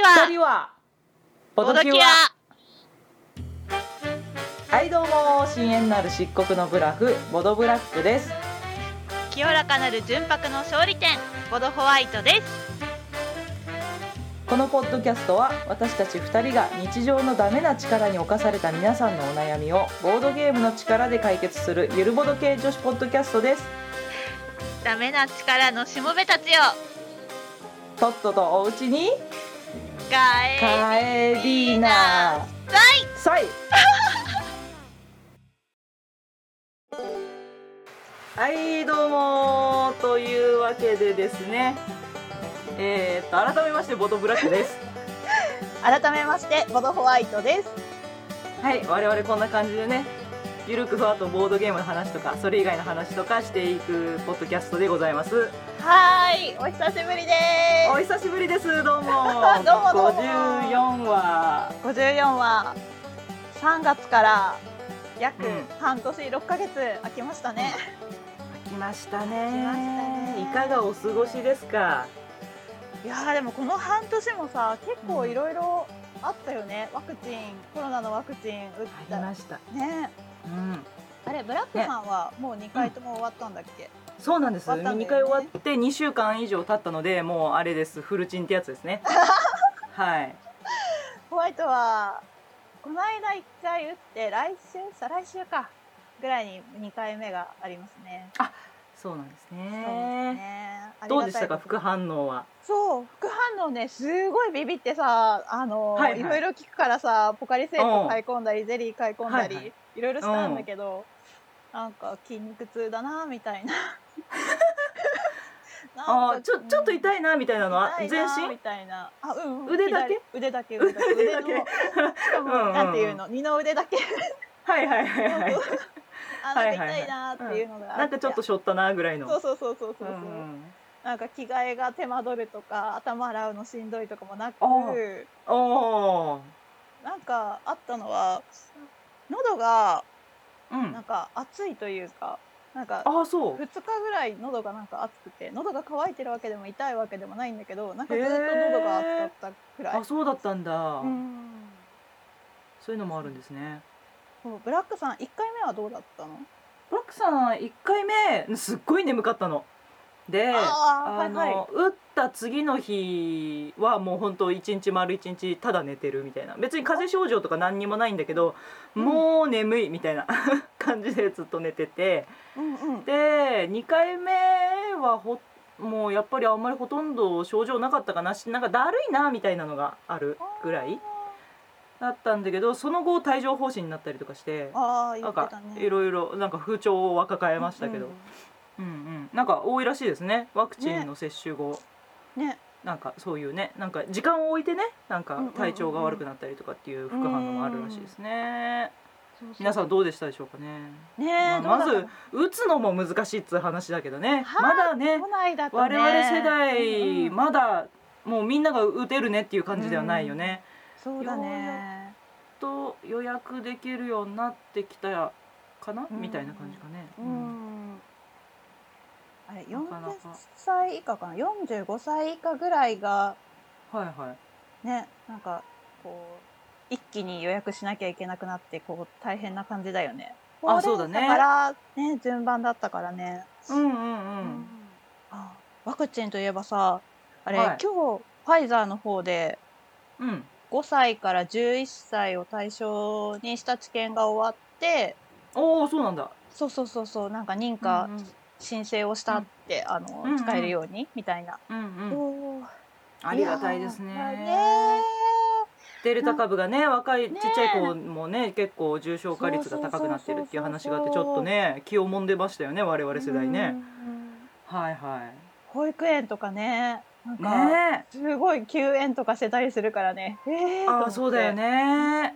二人はボドキュア。 はいどうも、深淵なる漆黒のブラフボドブラックです。 清らかなる純白の勝利点ボドホワイトです。 このポッドキャストは私たち2人が日常のダメな力に侵された皆さんのお悩みをボードゲームの力で解決するゆるボド系女子ポッドキャストです。 ダメな力のしもべたちよ、 とっととおうちに帰りなさいはいどうも、というわけでですね、改めましてボドブラックです。 改めましてボドホワイトです。 はい、我々こんな感じでね、ゆるくふわっとボードゲームの話とかそれ以外の話とかしていくポッドキャストでございます。 はい、お久しぶりです。 お久しぶりです。どうもどうもどうも。 54話 3月から約半年6ヶ月空きましたね。 来ましたね。いかがお過ごしですか？ いやでもこの半年もさ、結構いろいろあったよね。コロナのワクチン打ったありましたね。あれブラックさんはもう2回とも終わったんだっけ？ そうなんです。 終わったんだよね。 2回終わって2週間以上経ったので、もうあれです、フルチンってやつですね。はい。 ホワイトはこの間1回打って再来週かぐらいに2回目がありますね。 あ、そうなんですね。どうでしたか、副反応は？ そう、副反応ね、すごいビビってさ、いろいろ聞くからさ、ポカリスエット買い込んだりゼリー買い込んだり、いろいろしたんだけど、なんか筋肉痛だなみたいな。 ちょっと痛いなみたいなのは全身みたいな。 腕だけ？ 腕だけ。しかもなんていうの、二の腕だけ。 はいなんか痛いなっていうのがあって、 なんかちょっとしょったなぐらいの。 そう。なんか着替えが手間取るとか頭洗うのしんどいとかもなく、なんかあったのは喉がなんか熱いというか、なんか2日ぐらい喉がなんか熱くて、喉が渇いてるわけでも痛いわけでもないんだけど、なんかずっと喉が熱かったくらい。 あ、そうだったんだ。そういうのもあるんですね。 ブラックさん1回目はどうだったの？ ブラックさん1回目すっごい眠かったので、打った次の日はもう本当丸一日ただ寝てるみたいな。別に風邪症状とか何にもないんだけど、もう眠いみたいな感じでずっと寝てて、で2回目はもうやっぱりあんまりほとんど症状なかったかな、なんかだるいなみたいなのがあるぐらいだったんだけど、その後帯状疱疹になったりとかして、なんかいろいろなんか不調は抱えましたけど、なんか多いらしいですね、ワクチンの接種後ね。なんかそういうね、なんか時間を置いてね、なんか体調が悪くなったりとかっていう副反応もあるらしいですね。皆さんどうでしたでしょうかね。まず打つのも難しいっつう話だけどね、まだね我々世代まだもうみんなが打てるねっていう感じではないよね。 そうだね。 と予約できるようになってきたかなみたいな感じかね。 あれ40歳以下かな、45歳以下ぐらいがね、なんかこう一気に予約しなきゃいけなくなって、こう大変な感じだよね。 そうだね。 だからね、順番だったからね。ワクチンといえばさ、あれ、今日ファイザーの方で5歳から11歳を対象にした治験が終わって、 そうなんだ。 そうなんか認可申請をしたって、使えるようにみたいな。 ありがたいですね。デルタ株がね、若いちっちゃい子もね結構重症化率が高くなってるっていう話があって、ちょっとね気をもんでましたよね、我々世代ね。保育園とかね、なんかすごい休園とかしてたりするからね。 そうだよね。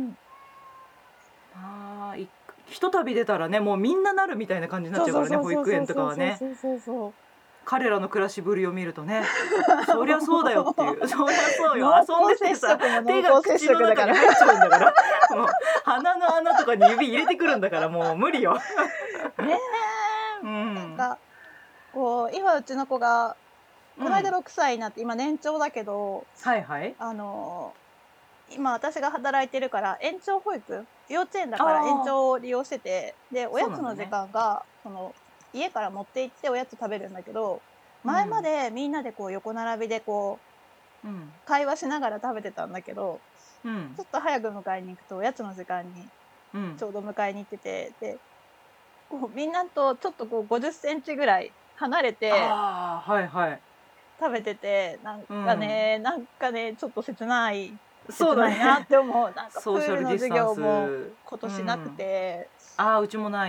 ひとたび出たらね、もうみんななるみたいな感じになっちゃうからね、保育園とかはね。彼らの暮らしぶりを見るとね、そりゃそうだよっていう、そりゃそうよ、遊んでてさ手が口の中に入っちゃうんだから、もう鼻の穴とかに指入れてくるんだから、もう無理よ。 なんかこう今うちの子がこの間6歳になって今年長だけど、 はいはい、 今私が働いてるから延長保育、幼稚園だから延長を利用してて、でおやつの時間がその家から持って行っておやつ食べるんだけど、前までみんなでこう横並びでこう、会話しながら食べてたんだけど、ちょっと早く迎えに行くとおやつの時間にちょうど迎えに行ってて、でこうみんなとちょっとこう50センチぐらい離れて食べてて、なんかね、ちょっと切ないなって思う。なんかプールの授業も今年なくて、 うちもない。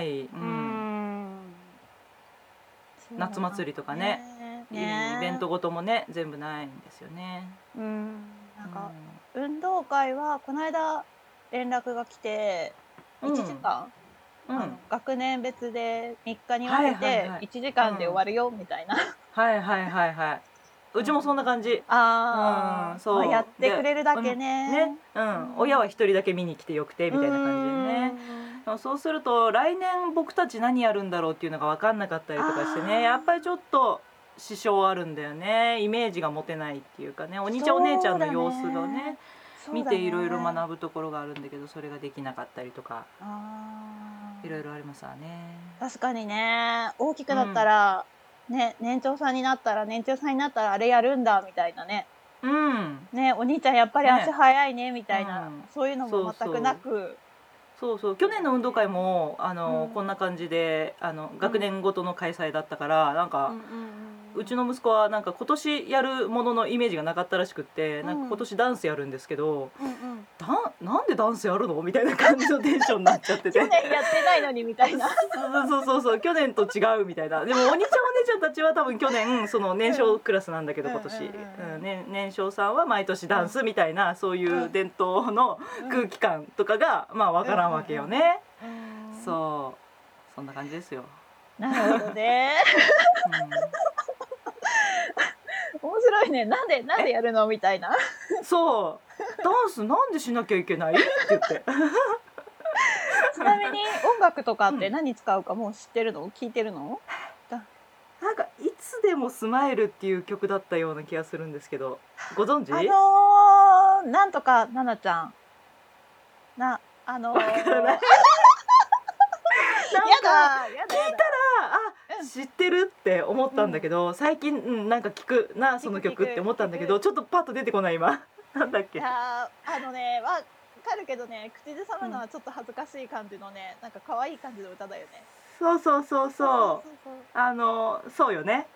夏祭りとかね、イベントごともね全部ないんですよね。 なんか運動会はこの間連絡が来て1時間、学年別で3日に分けて1時間で終わるよみたいな。 うちもそんな感じ。 そうやってくれるだけね。 親は一人だけ見に来てよくてみたいな感じでね。そうすると来年僕たち何やるんだろうっていうのが分かんなかったりとかしてね、やっぱりちょっと支障あるんだよね。イメージが持てないっていうかね、お兄ちゃんお姉ちゃんの様子がね見ていろいろ学ぶところがあるんだけど、それができなかったりとかいろいろありますわね。 確かにね、大きくなったら、年長さんになったらあれやるんだみたいなね。お兄ちゃんやっぱり足早いねみたいな、そういうのも全くなく。 そう去年の運動会もこんな感じで学年ごとの開催だったから、なんかうちの息子はなんか今年やるもののイメージがなかったらしくって、なんか今年ダンスやるんですけど、なんでダンスやるのみたいな感じのテンションになっちゃってて去年やってないのにみたいなそう去年と違うみたいな。でもお兄ちゃんお姉ちゃんたちは多分去年その年少クラスなんだけど、今年年少さんは毎年ダンスみたいな、そういう伝統の空気感とかがまあ分からんわけよね。そんな感じですよ。 なるほどね面白いね。なんでやるのみたいな。 そうダンスなんでしなきゃいけないって言ってちなみに音楽とかって何使うかもう知ってるの？聞いてるの？ なんかいつでもスマイルっていう曲だったような気がするんですけど、ご存知？ なんとかななちゃんなやだ聞いたら知ってるって思ったんだけど、最近なんか聞くなその曲って思ったんだけど、ちょっとパッと出てこない今なんだっけ。 わかるけどね、口ずさむのはちょっと恥ずかしい感じのね、なんか可愛い感じの歌だよね。 そうよね。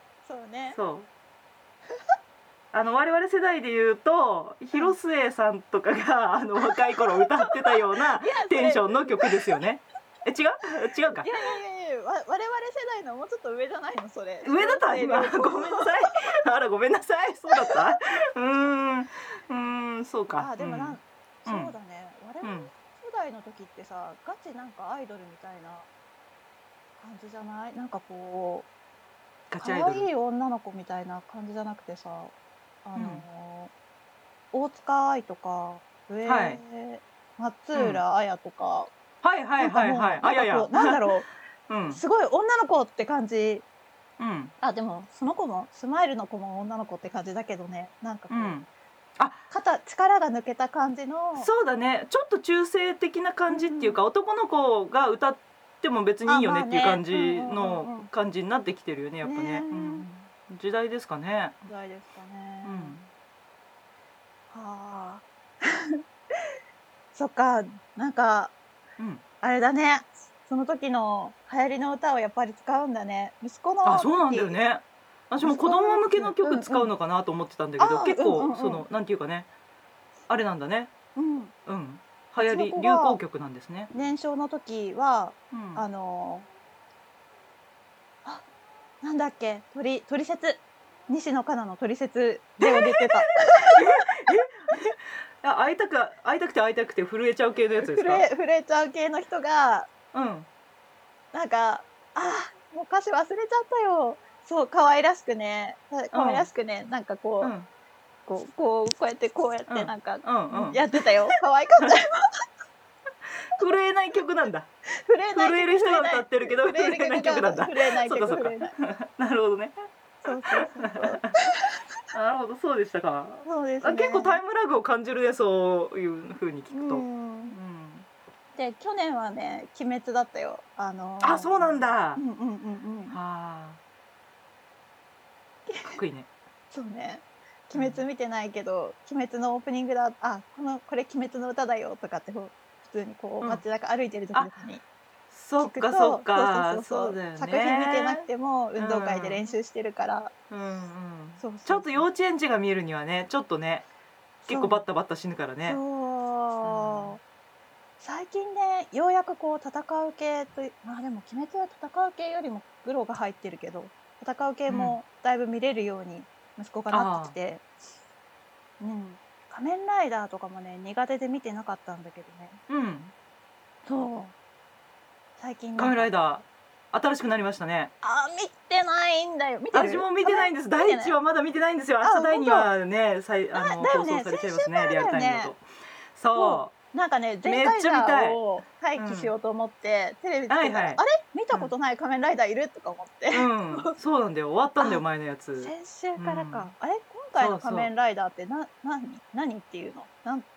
我々世代で言うと広末さんとかが若い頃歌ってたようなテンションの曲ですよね。違うか。 いや我々世代のもうちょっと上じゃないのそれ。 上だった今。ごめんなさい。ごめんなさい。そうだった。そうか。 でもそうだね。我々世代の時ってさ、ガチなんかアイドルみたいな感じじゃない？なんかこう可愛い女の子みたいな感じじゃなくてさ、大塚愛とか松浦綾とか。なんだろう、すごい女の子って感じ。でもその子もスマイルの子も女の子って感じだけどね、なんかこう、力が抜けた感じの。 そうだね、ちょっと中性的な感じっていうか、男の子が歌っても別にいいよねっていう感じの感じになってきてるよね、やっぱね。時代ですかね。 時代ですかね。はあそっか、なんかあれだね、その時の流行りの歌をやっぱり使うんだね。息子の。 そうなんだよね。私も子供向けの曲使うのかなと思ってたんだけど、結構そのなんていうかね、あれなんだね。流行り流行曲なんですね。 年少の時はなんだっけ、トリセツ、西野カナのトリセツで踊ってた。 会いたくて震えちゃう系のやつですか？ 震えちゃう系の人が、なんかもう歌詞忘れちゃったよ。そう、可愛らしくね、なんかこうやってなんかやってたよ。可愛かったよ。 震えない曲なんだ。震える人が歌ってるけど震えない曲なんだ。 震えない曲。 なるほどね。 そうなるほど、そうでしたか。 そうですね。 結構タイムラグを感じるね、そういう風に聞くと。 で去年はね鬼滅だったよ。 そうなんだ。 うんうんうんうん。 はあ。かっこいいね。 そうね。鬼滅見てないけど、鬼滅のオープニングだ、これ鬼滅の歌だよとかって普通にこう街中歩いてる時とかに聞くと、そうだよね。作品見てなくても運動会で練習してるから、 ちょっと幼稚園児が見るにはね、ちょっとね、結構バッタバッタ死ぬからね。 最近ねようやくこう戦う系と、でも鬼滅は戦う系よりもグロが入ってるけど、戦う系もだいぶ見れるように息子がなってきて、仮面ライダーとかもね苦手で見てなかったんだけどね。そう最近仮面ライダー新しくなりましたね。 見てないんだよ。見てる？ 私も見てないんです。第1話まだ見てないんですよ。明日第2話ね放送されちゃいますね、リアルタイムだと。そうなんかね前回を待機しようと思ってテレビつけたら、あれ見たことない仮面ライダーいるとか思って、 そうなんだよ、終わったんだよ前のやつ。 先週からか。あれ今回の仮面ライダーって何っていうの？わかんない。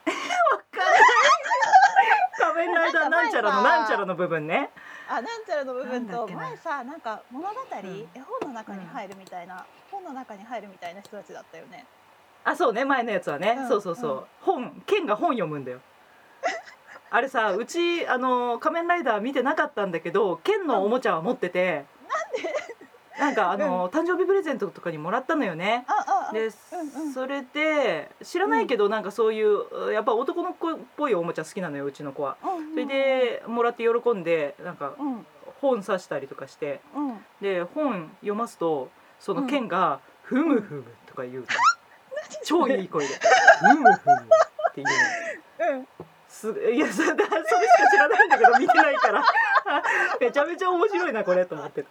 仮面ライダーなんちゃらのなんちゃらの部分ね。 なんちゃらの部分と前さなんか物語、絵本の中に入るみたいな人たちだったよね。 そうね、前のやつはね、そうケンが本読むんだよ。あれさ、うち仮面ライダー見てなかったんだけど、ケンのおもちゃは持ってて、なんか誕生日プレゼントとかにもらったのよね。でそれで知らないけど、なんかそういうやっぱ男の子っぽいおもちゃ好きなのよ、うちの子は。それでもらって喜んで、なんか本刺したりとかして、で本読ますとそのケンが「ふむふむ」とか言うの。超いい声で「ふむふむ」って言うの。いやそれしか知らないんだけど見てないからめちゃめちゃ面白いなこれと思ってた。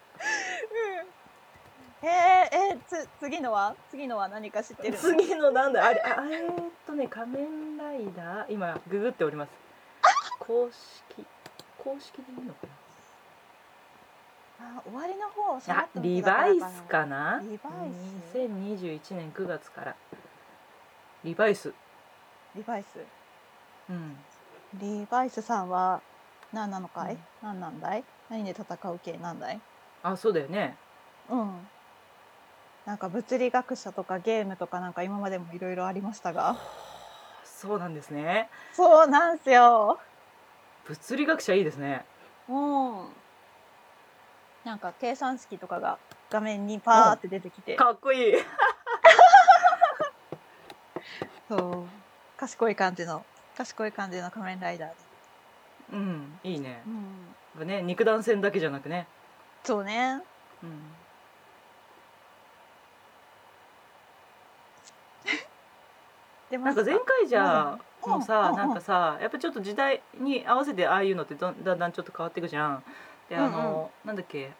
次のは何か知ってるの？ 次のなんだあれ仮面ライダー今ググっております。公式でいいのかな。終わりの方リバイスかな。2021年9月からリバイス。リバイスさんは何なのかい？何なんだい？何で戦う系なんだい？ そうだよね。 なんか物理学者とかゲームとかなんか今までもいろいろありましたが。 そうなんですね。 そうなんすよ。 物理学者いいですね。 なんか計算式とかが画面にパーって出てきて、 かっこいい。 そう賢い感じの仮面ライダーで。いいね。肉弾戦だけじゃなくね。 そうね。 なんか前回じゃもさ、なんかさやっぱちょっと時代に合わせてああいうのってだんだんちょっと変わっていくじゃん。でなんだっけ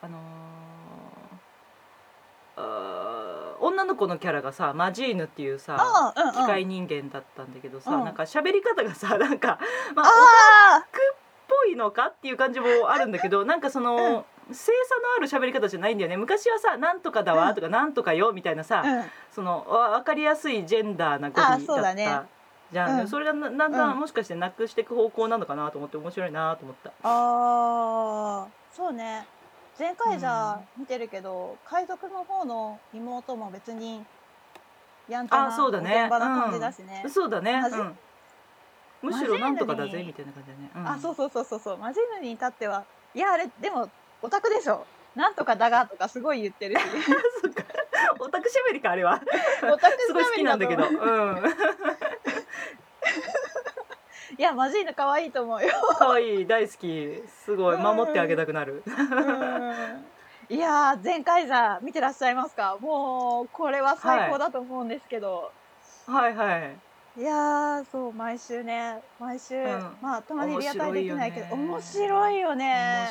女の子のキャラがさマジーヌっていうさ機械人間だったんだけどさ、なんか喋り方がさなんかオタクっぽいのかっていう感じもあるんだけど、なんかその精査のある喋り方じゃないんだよね。昔はさなんとかだわとかなんとかよみたいなさ、その分かりやすいジェンダーな語尾だったじゃん。それがだんだんもしかしてなくしていく方向なのかなと思って面白いなと思った。 そうね。前回じゃ見てるけど、海賊の方の妹も別にやんちゃなおてんばな感じだしね。 そうだね。むしろなんとかだぜみたいな感じだね。 そうマジーヌに至ってはいやあれでもオタクでしょ。なんとかだがとかすごい言ってるし。 そっか。オタクしゃべりかあれは。 オタクすごい好きなんだけど。 いやマジーヌ可愛いと思うよ。 可愛い大好き。すごい守ってあげたくなる。 いや前回じゃ見てらっしゃいますか？もうこれは最高だと思うんですけど。いやそう毎週、まあたまにリアタイできないけど面白いよね。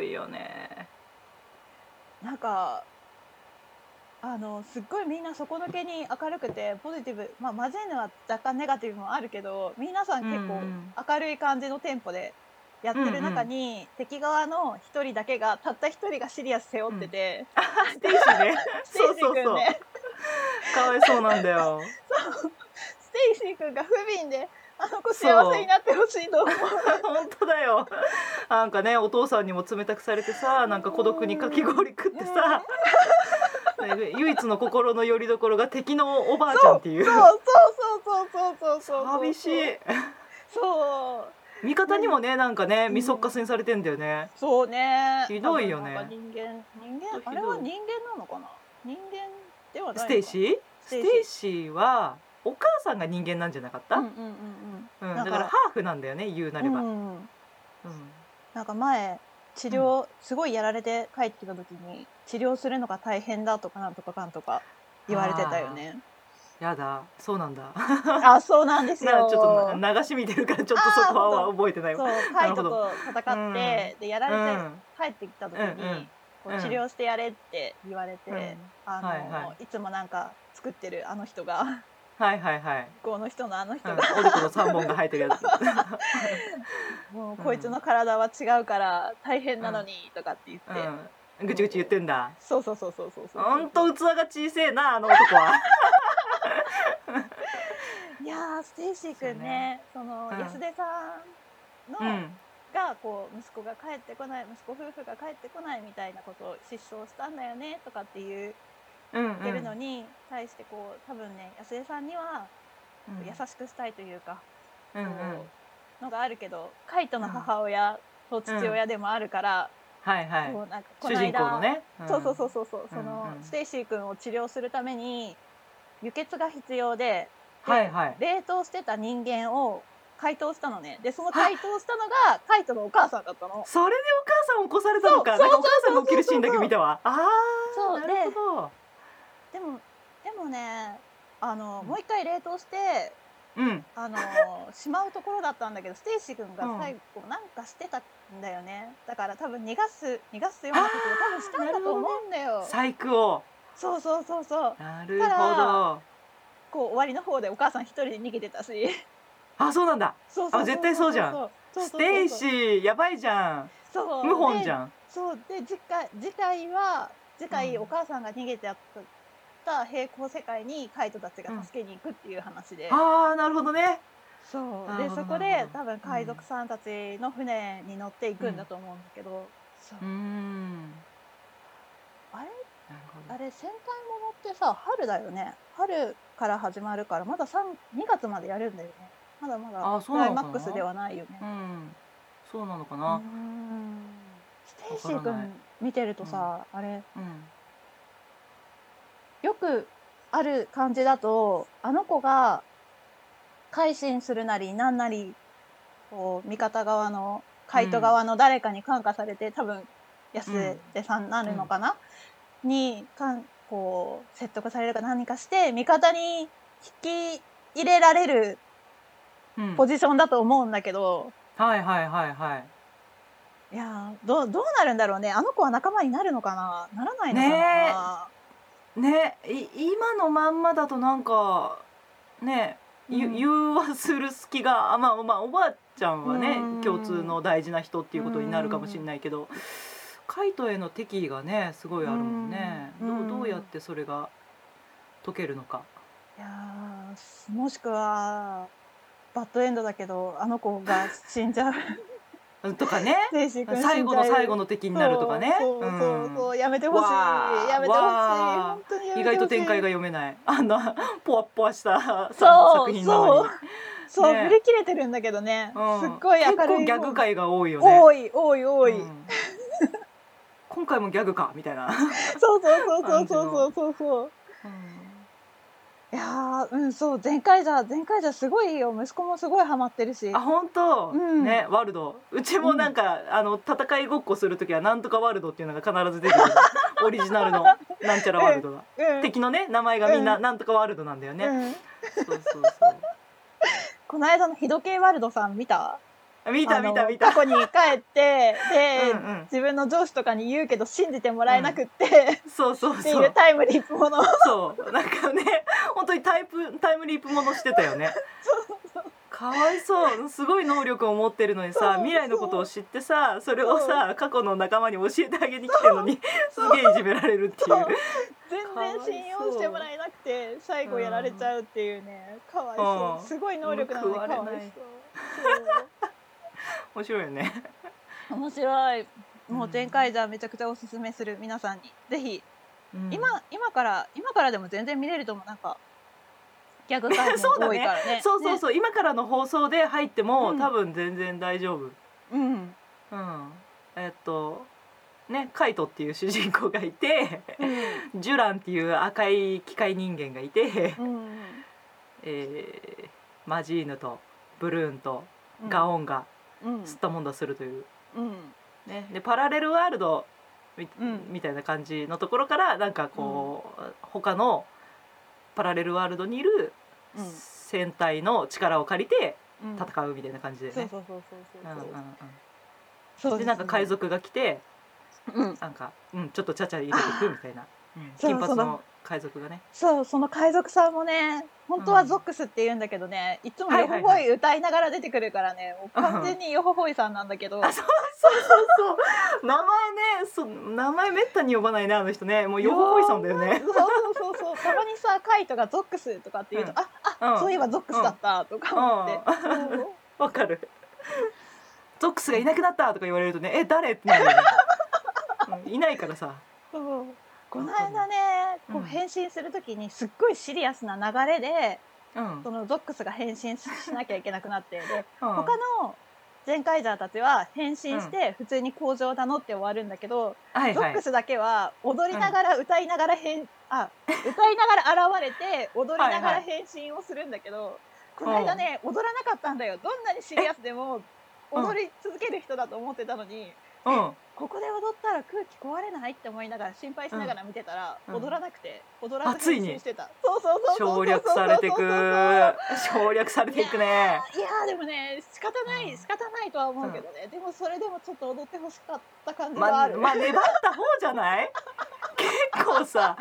なんかすっごいみんな底抜けに明るくてポジティブ、マジーヌは若干ネガティブもあるけど皆さん結構明るい感じのテンポでやってる中に、敵側の一人だけがたった一人がシリアス背負ってて、 ステイシーね。 ステイシー君ね。 かわいそうなんだよ。 そうステイシー君が不憫であの子幸せになってほしいと思う。 本当だよ。なんかねお父さんにも冷たくされてさ、なんか孤独にかき氷食ってさ、唯一の心の拠り所が敵のおばあちゃんっていう。 そう寂しい。 そう味方にもねなんかねみそっかすにされてんだよね。 そうね。 ひどいよね。 人間あれは人間なのかな。人間ではないのか。 ステイシーはお母さんが人間なんじゃなかった？だからハーフなんだよね言うなれば。 なんか前治療すごいやられて帰ってきた時に治療するのが大変だとかなんとかかんとか言われてたよね。 やだ、そうなんだ。 あ、そうなんですよ。 ちょっと流し見てるからちょっとそこは覚えてないわ。 そうカイトと戦ってでやられて帰ってきた時に治療してやれって言われて、いつもなんか作ってるあの人が。この人のあの人がおでこの3本が生えてるやつ。 もうこいつの体は違うから大変なのにとかって言ってぐちぐち言ってんだ。 そうほんと器が小せえなあの男は。 いやステイシーくんね、その安出さんのがこう息子が帰ってこない、息子夫婦が帰ってこないみたいなことを失踪したんだよねとかっていう言ってるのに対してこう多分ね安江さんには優しくしたいというか、のがあるけどカイトの母親と父親でもあるから、 主人公のね、 そうそのステイシー君を治療するために輸血が必要で、冷凍してた人間を解凍したのね。でその解凍したのがカイトのお母さんだったの。 それでお母さんを起こされたのか。なんかお母さんが起きるシーンだけ見たわ。 そうなるほど。 でもねもう一回冷凍してしまうところだったんだけどステイシー君が最後なんかしてたんだよね。だから多分逃がすようなことを多分したんだと思うんだよ。 細工を。 そうなるほど。 こう終わりの方でお母さん一人で逃げてたし。 そうなんだ。絶対そうじゃん。ステイシーやばいじゃん。謀反じゃん。 そうで次回お母さんが逃げてやった平行世界にカイトたちが助けに行くっていう話で。 なるほどね。 そうでそこで多分海賊さんたちの船に乗っていくんだと思うんだけど、あれ戦隊ものってさ春だよね。春から始まるからまだ2月までやるんだよね。まだクライマックスではないよね。 そうなのかな。 ステイシー君見てるとさ、あれよくある感じだとあの子が改心するなりなんなりこう味方側のカイト側の誰かに感化されて多分安出さんなるのかな、にこう説得されるか何かして味方に引き入れられるポジションだと思うんだけど、いやどうなるんだろうね。あの子は仲間になるのかな、ならないのかな。 ね今のまんまだとなんかね融和する隙がまあおばあちゃんはね共通の大事な人っていうことになるかもしれないけど、カイトへの敵意がねすごいあるもんね。どうやってそれが解けるのか。 いやもしくはバッドエンドだけどあの子が死んじゃうとかね、最後の最後の敵になるとかね。 そうやめてほしい、やめてほしい、本当にやめてほしい。 意外と展開が読めないあんなポワポワした作品なのに。 そう振り切れてるんだけどね、すっごい明るい。 結構ギャグ回が多いよね。 多い。 今回もギャグかみたいな。 そう。いやそう前回じゃすごいよ。息子もすごいハマってるし。 本当、ねワルド。うちもなんか、戦いごっこする時はなんとかワルドっていうのが必ず出てくるオリジナルのなんちゃらワルドが、敵のね名前がみんななんとかワルドなんだよね。そうこの間のヒドケイワルドさん見た？ 見た過去に帰ってで自分の上司とかに言うけど信じてもらえなくってっていうタイムリープもの。 そうなんかね本当にタイムリープものしてたよね。かわいそう。すごい能力を持ってるのにさ、未来のことを知ってさ、それをさ過去の仲間に教えてあげに来てるのにすげえいじめられるっていう。 全然信用してもらえなくて最後やられちゃうっていうね、かわいそう。すごい能力なのにかわいそう。 面白いよね。 面白い。もうゼンカイジャーめちゃくちゃおすすめする、皆さんにぜひ、今からでも全然見れると思う。なんかギャグ回も多いからね。 そう、今からの放送で入っても多分全然大丈夫。ね、カイトっていう主人公がいて、ジュランっていう赤い機械人間がいて、マジーヌとブルーンとガオンが吸ったもんだするという、ね、でパラレルワールドみたいな感じのところからなんかこう、他のパラレルワールドにいる戦隊の力を借りて戦うみたいな感じでね。でなんか海賊が来て、なんかちょっとちゃちゃ入れてくみたいな、金髪の海賊がね。 その海賊さんもね、本当はゾックスって言うんだけどね、いつもヨホホイ歌いながら出てくるからね、もう完全にヨホホイさんなんだけど。 そう名前めったに呼ばないね、あの人ね。もうヨホホイさんだよね。 そうたまにさ、カイトがゾックスとかって言うと、そういえばゾックスだったとか思って。 わかる。ゾックスがいなくなったとか言われるとね、誰ってなるよね。いないからさ。 この間ね、こう変身する時にすっごいシリアスな流れで、そのゾックスが変身しなきゃいけなくなって、で他のゼンカイジャーたちは変身して普通に工場を名乗って終わるんだけど、ゾックスだけは踊りながら歌いながら歌いながら現れて踊りながら変身をするんだけど、この間ね踊らなかったんだよ。どんなにシリアスでも踊り続ける人だと思ってたのに、ここで踊ったら空気壊れないって思いながら心配しながら見てたら、踊らなくて、踊らずに変身してた。 省略されていくね。 いやでもね、仕方ないとは思うけどね、でもそれでもちょっと踊ってほしかった感じがある。 まあ粘った方じゃない？結構さ、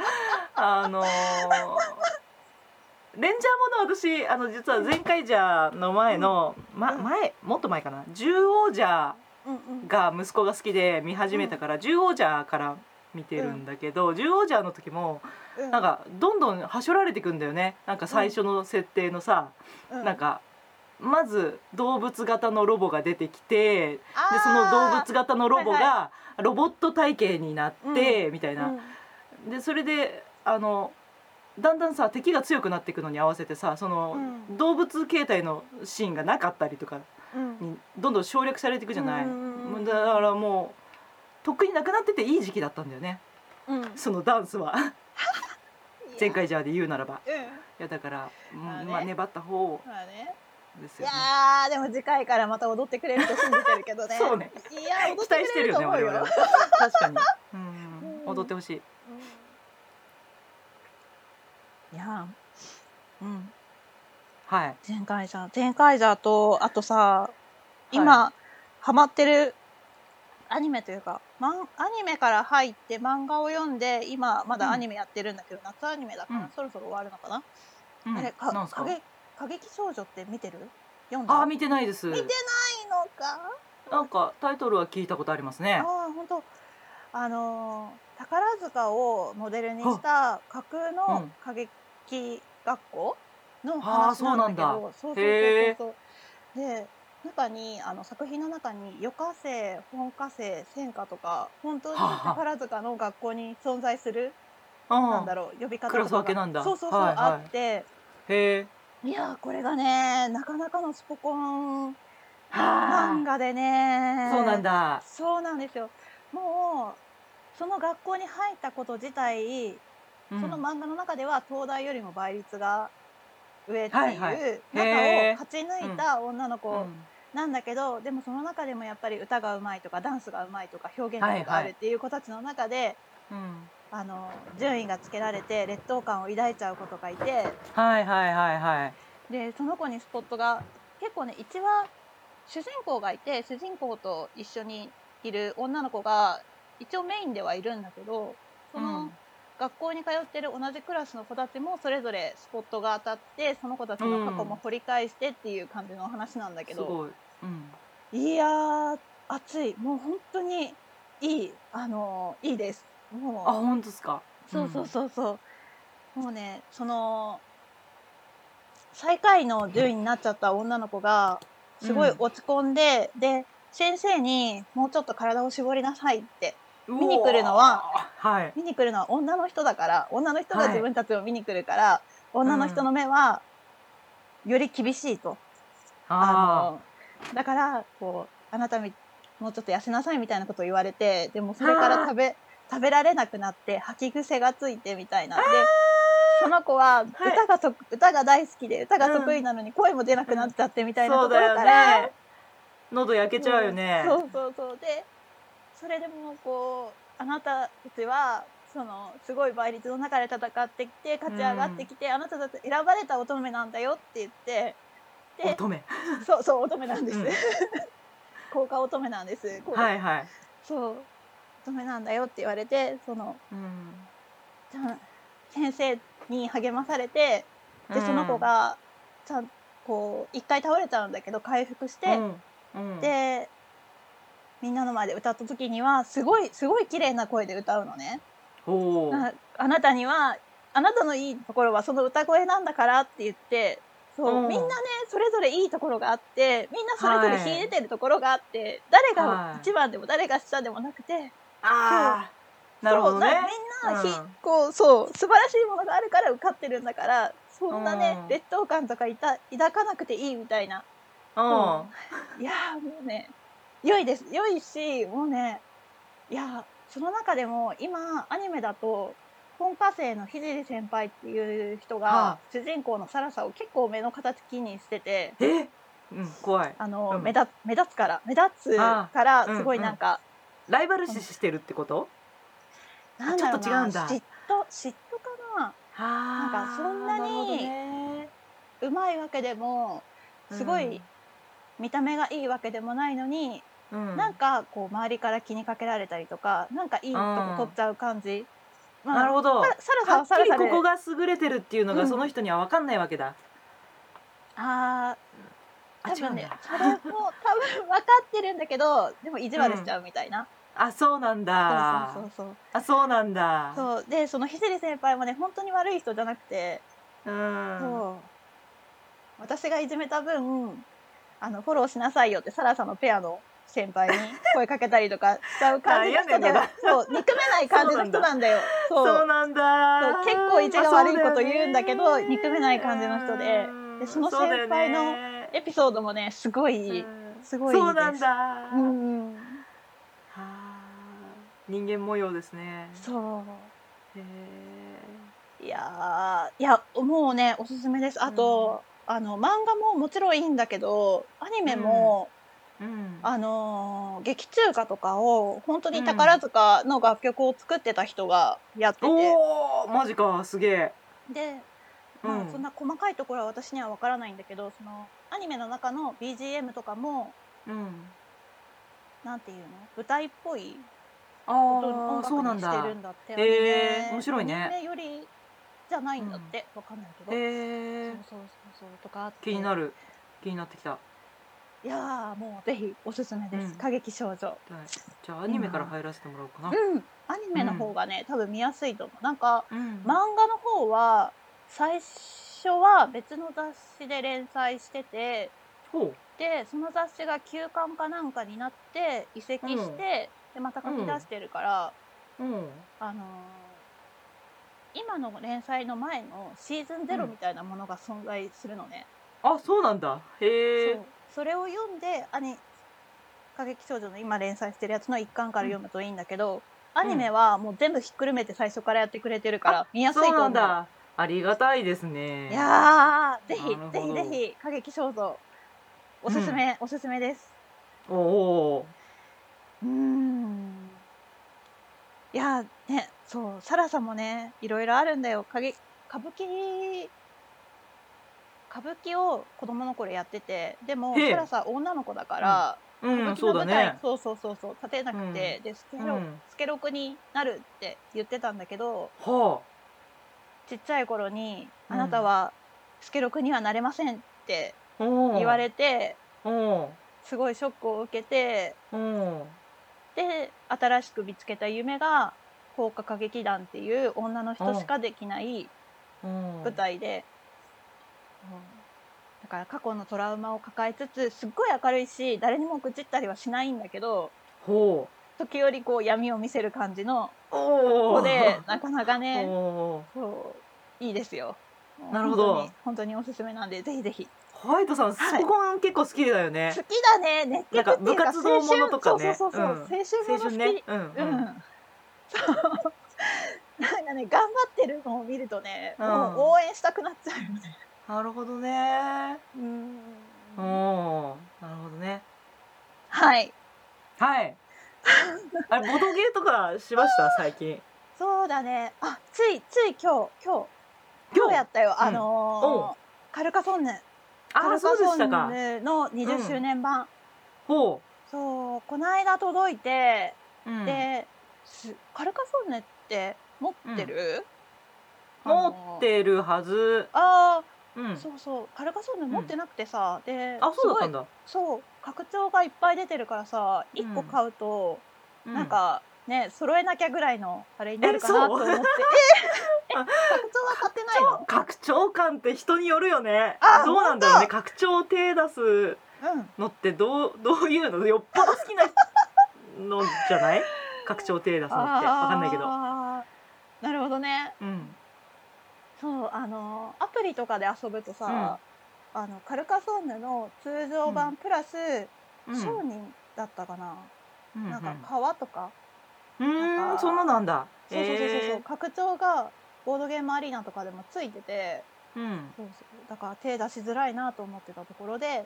レンジャーもの私実はゼンカイジャーの前の、もっと前かな、獣王者が息子が好きで見始めたから、獣王者から見てるんだけど、獣王者の時もなんかどんどんはしょられていくんだよね。なんか最初の設定のさ、なんかまず動物型のロボが出てきて、でその動物型のロボがロボット体型になってみたいな。でそれでだんだんさ敵が強くなっていくのに合わせてさ、その動物形態のシーンがなかったりとかにどんどん省略されていくじゃない。だからもう得意なくなってていい時期だったんだよね、そのダンスは。ゼンカイジャーで言うならば、いやだからまあ粘った方ですよね。 いやでも次回からまた踊ってくれると信じてるけどね。 そうね。 いや踊ってくれると思うよ。 期待してるよね、我々は。確かに。踊ってほしい。 いやはい。 ゼンカイジャーと、あとさ、今ハマってるアニメというか、アニメから入って漫画を読んで、今まだアニメやってるんだけど、夏アニメだからそろそろ終わるのかな。あれ過激少女って見てる？読んだ？ 見てないです。 見てないのか。 なんかタイトルは聞いたことありますね。 本当。宝塚をモデルにした架空の過激学校の話なんだけど、そう。で中に作品の中に余科生、本科生、専科とか本当に宝塚の学校に存在するなんだろう呼び方とかがそうあって、いやこれがねなかなかのスポコン漫画でね。 そうなんだ。 そうなんですよ。もうその学校に入ったこと自体、その漫画の中では東大よりも倍率が上っていう中を勝ち抜いた女の子なんだけど、でもその中でもやっぱり歌がうまいとかダンスがうまいとか表現力があるっていう子たちの中で、順位がつけられて劣等感を抱いちゃう子とかいて、でその子にスポットが結構ね、1話主人公がいて、主人公と一緒にいる女の子が一応メインではいるんだけど、その学校に通ってる同じクラスの子たちもそれぞれスポットが当たって、その子たちの過去も掘り返してっていう感じの話なんだけど、いやー熱い、もう本当にいい、いいです。もう本当ですか。 そうそうそうそう、もうねその最下位の順位になっちゃった女の子がすごい落ち込んで、で先生にもうちょっと体を絞りなさいって見に来るのは、見に来るのは女の人だから、女の人が自分たちを見に来るから、女の人の目はより厳しいと、だからこうあなたもうちょっと痩せなさいみたいなことを言われて、でもそれから食べられなくなって吐き癖がついてみたいなで、その子は歌が大好きで歌が得意なのに声も出なくなっちゃってみたいなところから、 喉焼けちゃうよね。 そうそうそう、でそれでもこうあなたたちはそのすごい倍率の中で戦ってきて勝ち上がってきて、あなたたち選ばれた乙女なんだよって言って、 で乙女そうそう乙女なんです、効果乙女なんです。 はいはい、 そう乙女なんだよって言われて、その、先生に励まされて、でその子がちゃんこう一回倒れちゃうんだけど回復して、でみんなの前で歌った時にはすごい綺麗な声で歌うのね。あなたにはあなたのいいところはその歌声なんだからって言って、そうみんなねそれぞれいいところがあって、みんなそれぞれ秀でてるところがあって、誰が一番でも誰が下でもなくて、 なるほどね、 みんなこうそう素晴らしいものがあるから受かってるんだから、そんなね劣等感とか抱かなくていいみたいな。いやもうね良いし、もうね、いやその中でも今アニメだと本科生の聖先輩っていう人が主人公のサラサを結構目の形にしてて、 怖い、 目立つからすごいなんか、 ライバル視してるってこと？ なんだろうな、ちょっと違うんだ。嫉妬かな。なんかそんなにうまいわけでもすごい見た目がいいわけでもないのに、なんかこう周りから気にかけられたりとか、なんかいいとこ取っちゃう感じ。 なるほど。はっきりここが優れてるっていうのがその人には分かんないわけだ。 多分ねそれも多分分かってるんだけど、でも意地悪しちゃうみたいな。 そうなんだ。そうなんだ。 そうでその聖先輩もね本当に悪い人じゃなくて、そう私がいじめた分フォローしなさいよってサラさんのペアの先輩に声かけたりとかしちゃう感じの人で、そう憎めない感じの人なんだよ。 そうなんだ。 結構意地が悪いこと言うんだけど憎めない感じの人で、その先輩のエピソードもねすごいいいです。 そうなんだ。人間模様ですね。 そう。いやもうねおすすめです。あと漫画ももちろんいいんだけど、アニメも、劇中歌とかを本当に宝塚の楽曲を作ってた人がやってて、 マジかすげえ。 で、そんな細かいところは私には分からないんだけど、そのアニメの中の BGM とかも、なんていうの舞台っぽい音楽にしてるんだって。 面白いね。 アニメよりじゃないんだって、分かんないけど、そうとかあって気になってきた。 いやもうぜひおすすめです、歌劇少女。じゃあアニメから入らせてもらおうかな。 アニメの方がね多分見やすいと思う。なんか、漫画の方は最初は別の雑誌で連載してて、でその雑誌が休刊かなんかになって移籍して、でまた書き出してるから、今の連載の前のシーズン0みたいなものが存在するのね。 そうなんだ。へえ。 それを読んで歌劇少女の今連載してるやつの1巻から読むといいんだけど、アニメはもう全部ひっくるめて最初からやってくれてるから見やすいと思う。そうなんだ。 ありがたいですね。 いやぜひ歌劇少女おすすめです。いやね、そうサラさんもねいろいろあるんだよ。歌舞伎を子供の頃やってて、でもサラさん女の子だから、歌舞伎の舞台そう立てなくて、でスケロクになるって言ってたんだけど、ちっちゃい頃にあなたはスケロクにはなれませんって言われて、すごいショックを受けて、で新しく見つけた夢が放火歌劇団っていう女の人しかできない舞台で、だから過去のトラウマを抱えつつすっごい明るいし誰にも愚痴ったりはしないんだけど、時折こう闇を見せる感じの子で、なかなかねそういいですよ。 なるほど。 本当におすすめなんでぜひぜひ。 ホワイトさん、スポコン結構好きだよね。 好きだね。熱血っていうか部活動ものとかね。 そう青春もの好き。ね。そうなんかね、頑張ってるのを見るとね、もう応援したくなっちゃうよね。 なるほどね。なるほどね。 はい。 はい。あれボドゲーとかしました最近。 そうだね。あ、つい今日やったよ。カルカソンヌ。カルカソンヌの20周年版。そう、この間届いて、で、カルカソンヌって持ってる？ 持ってるはず。 そうそう、カルカソンヌ持ってなくてさ、で、 そうだったんだ。 そう、拡張がいっぱい出てるからさ、1個買うと、なんかね、揃えなきゃぐらいのあれになるかなと思って。拡張は買ってないの？ 拡張感って人によるよね。どうなんだろうね。拡張手出すのってどういうの？よっぽど好きなのじゃない？拡張手出すのってわかんないけど。 なるほどね。そう、アプリとかで遊ぶとさ、カルカソンヌの通常版プラス商人だったかな、なんか革とか、 そんななんだ。 そう拡張がボードゲームアリーナとかでもついてて、だから手出しづらいなと思ってたところで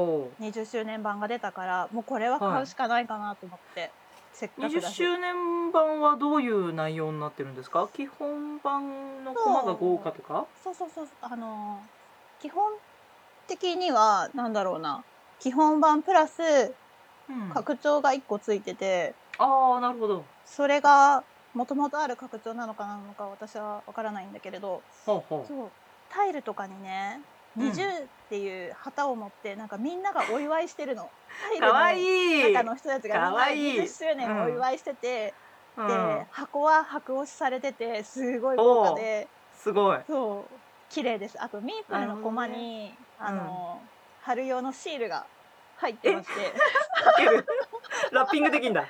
20周年版が出たから、もうこれは買うしかないかなと思って。 20周年版はどういう内容になってるんですか？基本版のコマが豪華とか？ そう基本的にはなんだろうな、基本版プラス拡張が1個ついてて、 なるほど。 それがもともとある拡張なのか私は分からないんだけれど、そうタイルとかにね20っていう旗を持ってなんかみんながお祝いしてるの。 かわいい。 中の人たちが20周年をお祝いしてて、で箱は白押しされててすごい豪華で、 すごい。 そう綺麗です。あとミープルのコマに貼る用のシールが入ってまして、 ラッピングできんだ。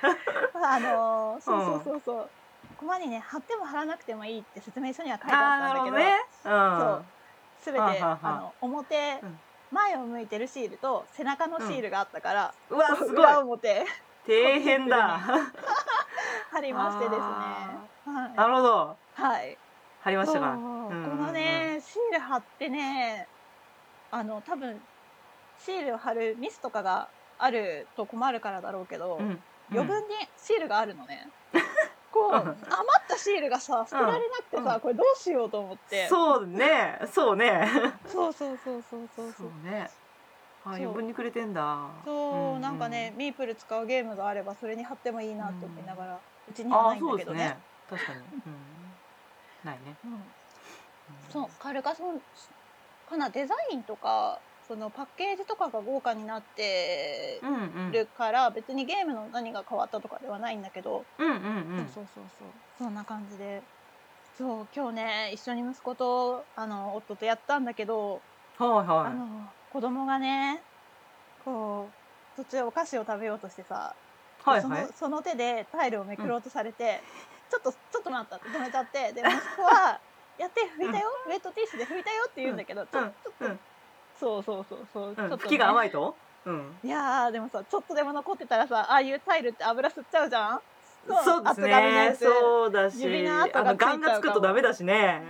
そうコマにね貼っても貼らなくてもいいって説明書には書いてあったんだけど、そう全て表前を向いてるシールと背中のシールがあったから、 うわすごい。 裏表大変だ。 貼りましてですね。 なるほど。 はい。 貼りましたか。 このねシール貼ってね、多分シールを貼るミスとかがあると困るからだろうけど、余分にシールがあるのね。こう余ったシールがさ捨てられなくてさ、これどうしようと思って。 そうね。そうね。 そうね。余分にくれてんだ。 なんかねミープル使うゲームがあればそれに貼ってもいいなと思いながら、うちにはないんだけどね。 確かに。ないね。 そうカルカソンかな、デザインとかそのパッケージとかが豪華になってるから、別にゲームの何が変わったとかではないんだけど、そんな感じで、そう今日ね一緒に息子と夫とやったんだけど、子供がねこう途中お菓子を食べようとしてさ、その手でタイルをめくろうとされて、ちょっと待ったって止めちゃって、で息子はやって拭いたよ、ウェットティッシュで拭いたよって言うんだけど、ちょっとそうちょっと拭きが甘いと、 いやでもさちょっとでも残ってたらさ、ああいうタイルって油吸っちゃうじゃん。 そうですね。そうだし、 指の跡がついちゃうかも。 ガンがつくとダメだしね。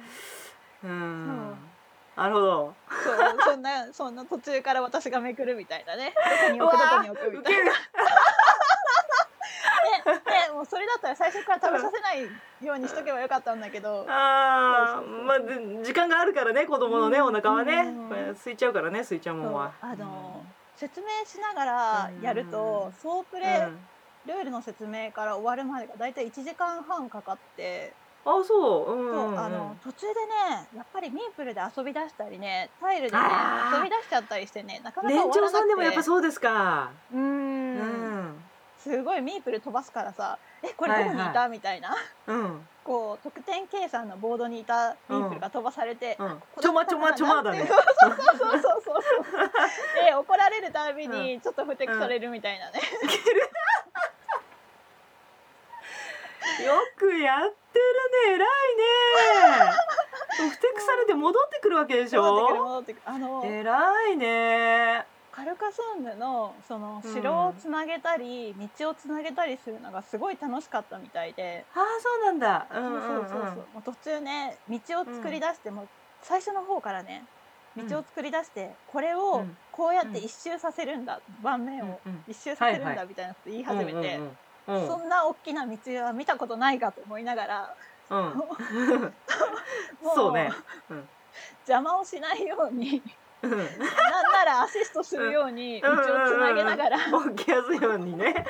なるほど。 そんな途中から私がめくるみたいなね。どこに置くみたいな。もうそれだったら最初から食べさせないようにしとけばよかったんだけど。 まあ時間があるからね、子供のねお腹はね空いちゃうからね、スイちゃんもは。 説明しながらやるとソープレルールの説明から終わるまでがだいたい1時間半かかって。途中でねやっぱりミープルで遊び出したりね、タイルでね遊び出しちゃったりしてね、なかなか終わらなくて。 年長さんでもやっぱそうですか。 すごいミープル飛ばすからさこれどこにいた、みたいな、こう得点計算のボードにいたミープルが飛ばされて、 ちょまちょまちょまだね。 そうで怒られるたびにちょっとふてくされるみたいなね。 よくやってるね、偉いね。ふてくされて戻ってくるわけでしょ。 戻ってくる偉いね。 カルカソンヌのその城をつなげたり、道をつなげたりするのがすごい楽しかったみたいで。 そうなんだ。 もう途中ね道を作り出しても最初の方からね道を作り出してこれをこうやって一周させるんだ、盤面を一周させるんだみたいなこと言い始めて、そんな大きな道は見たことないかと思いながら、 そうね、 邪魔をしないようになんならアシストするように道をつなげながら起きやすいようにね。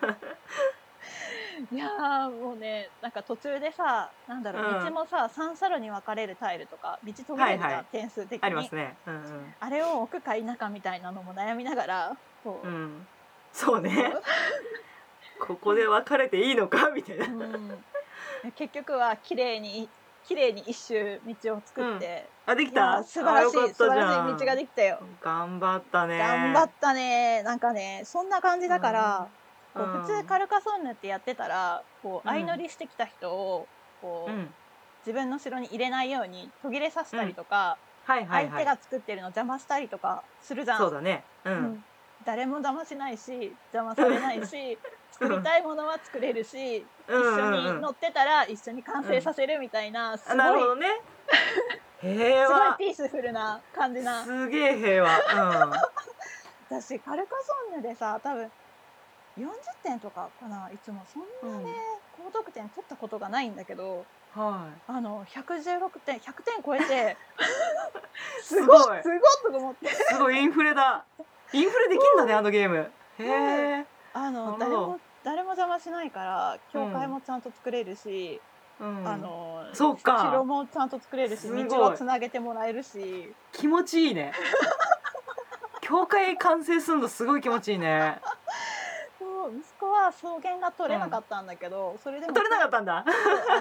いやもうねなんか途中でさなんだろう、道もさ3サロに分かれるタイルとか道途切れた点数的に、 ありますね、 あれを置くか否かみたいなのも悩みながらそうねここで分かれていいのかみたいな、 結局は綺麗に一周道を作って、 できた。 素晴らしい道ができたよ。 頑張ったね。 なんかねそんな感じだから、普通カルカソンヌってやってたらこう相乗りしてきた人をこう、自分の城に入れないように途切れさせたりとか、相手が作ってるの邪魔したりとかするじゃん。 そうだね。 誰も邪魔しないし邪魔されないし作りたいものは作れるし、一緒に乗ってたら一緒に完成させるみたいな、すごいなるほどね。平和。 すごいピースフルな感じな。 すげえ平和。 私カルカソンヌでさ多分40点とかかないつもそんなね、高得点取ったことがないんだけど、116点100点超えてすごいと思って。 すごいインフレだ。インフレできんだねあのゲーム。へえ。 誰も邪魔しないから教会もちゃんと作れるし、 そうか城もちゃんと作れるし道はつなげてもらえるし気持ちいいね。教会完成するのすごい気持ちいいね。 息子は草原が取れなかったんだけど、それでも取れなかったんだ。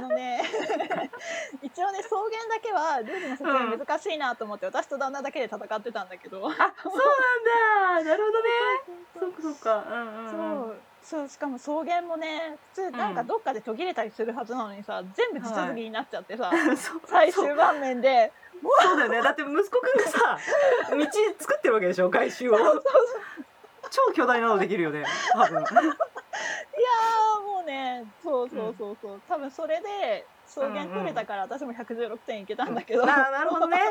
一応ね草原だけはルールの説明難しいなと思って私と旦那だけで戦ってたんだけど。 そうなんだ。なるほどね。そうか。 そうしかも草原もね普通なんかどっかで途切れたりするはずなのにさ、全部地続きになっちゃってさ、最終盤面でそうだよね。だって息子くんがさ道作ってるわけでしょ、外周を。超巨大なのできるよね多分。いやもうねそう多分それで草原取れたから私も116点いけたんだけど。 なるほどね。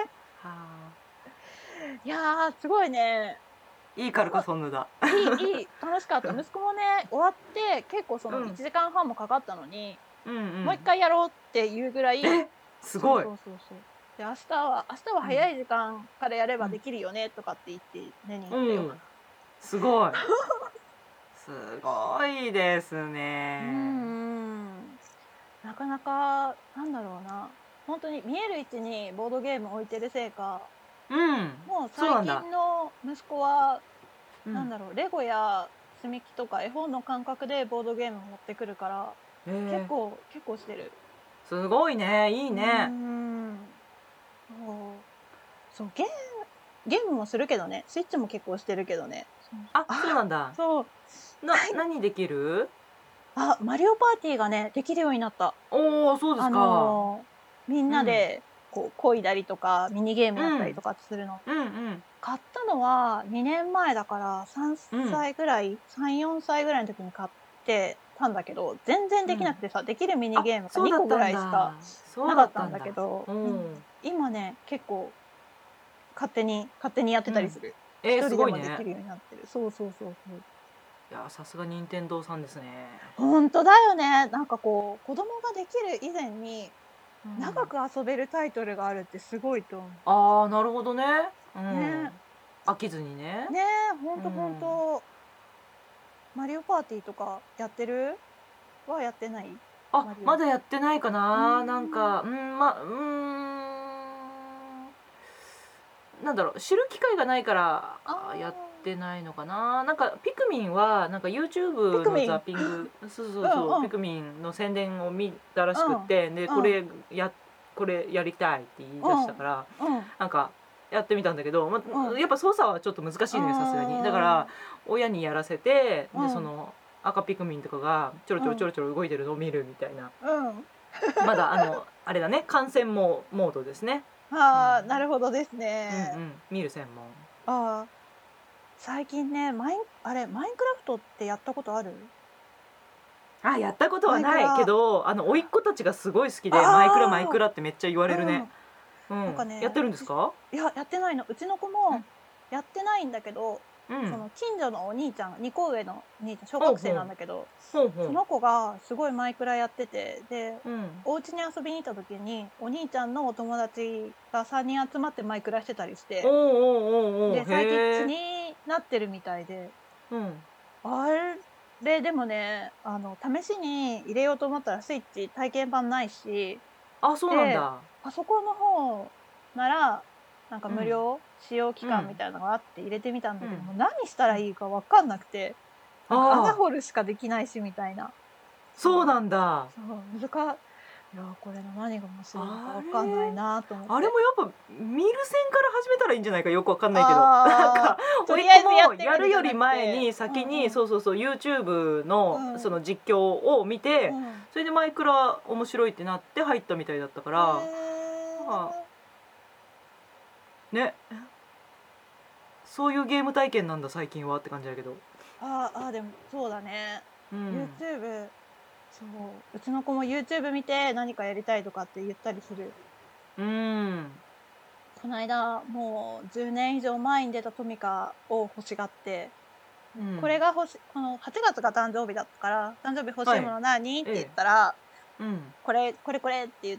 いやすごいね。 いいカルカソンヌだ。 いい楽しかった。息子もね終わって結構その1時間半もかかったのに、もう一回やろうっていうぐらいすごい。 で明日は早い時間からやればできるよねとかって言ってねに言ってよ。 すごい。すごいですね。 なかなかなんだろうな、本当に見える位置にボードゲーム置いてるせいか、もう最近の息子はなんだろう、レゴや積み木とか絵本の感覚でボードゲーム持ってくるから結構してる。 すごいね、いいね。 そうゲームもするけどね、スイッチも結構してるけどね。 そうなんだ。何できる？ マリオパーティーがねできるようになった。 そうですか。 みんなでこう漕いだりとかミニゲームやったりとかするの。買ったのは2年前だから3歳ぐらい、3、4歳ぐらいの時に買ってたんだけど全然できなくてさ、できるミニゲームが2個ぐらいしかなかったんだけど、今ね結構勝手にやってたりする。一人でもできるようになってる。そう。 いやさすが任天堂さんですね。 本当だよね。なんかこう子供ができる以前に長く遊べるタイトルがあるってすごいと思う。 なるほどね。飽きずにね。 本当。マリオパーティーとかやってる？やってない？ まだやってないかな。なんかなんだろう、知る機会がないからやってないのかな。なんかピクミンはなんか YouTube のザッピング、そうそうそう、ピクミンの宣伝を見たらしくって、でこれやりたいって言い出したから、なんかやってみたんだけど、やっぱ操作はちょっと難しいのよ、さすがに。だから親にやらせて、でその赤ピクミンとかがちょろちょろちょろちょろ動いてるのを見るみたいな。まだあれだね、観戦モードですね。 なるほどですね。 見る専門。最近ね、マインクラフトってやったことある？ やったことはないけど、甥っ子たちがすごい好きで、マイクラってめっちゃ言われるね。なんかね、やってるんですか？ いや、やってないの。うちの子もやってないんだけど、その近所のお兄ちゃん、2個上のお兄ちゃん、小学生なんだけど、その子がすごいマイクラやってて、で、お家に遊びに行った時にお兄ちゃんのお友達が3人集まってマイクラしてたりして、で最近気になってるみたいで、あれでもね、試しに入れようと思ったらスイッチ体験版ないし、 そうなんだ。 パソコンの方ならなんか無料使用期間みたいなのがあって入れてみたんだけども、何したらいいか分かんなくて、穴掘るしかできないしみたいな。 そうなんだ。 いや、これの何が面白いのか分かんないなと思って。 あれもやっぱ見る線から始めたらいいんじゃないか、よく分かんないけど、なんかとりあえずやるより前に先にそう YouTube のその実況を見て、それでマイクラ面白いってなって入ったみたいだったから、ね、そういうゲーム体験なんだ最近はって感じだけど。 でもそうだね、YouTube、そう、うちの子も YouTube 見て何かやりたいとかって言ったりする。この間もう10年以上前に出たトミカを欲しがって、これがこの8月が誕生日だったから誕生日欲しいもの何、って言ったら、これって言って、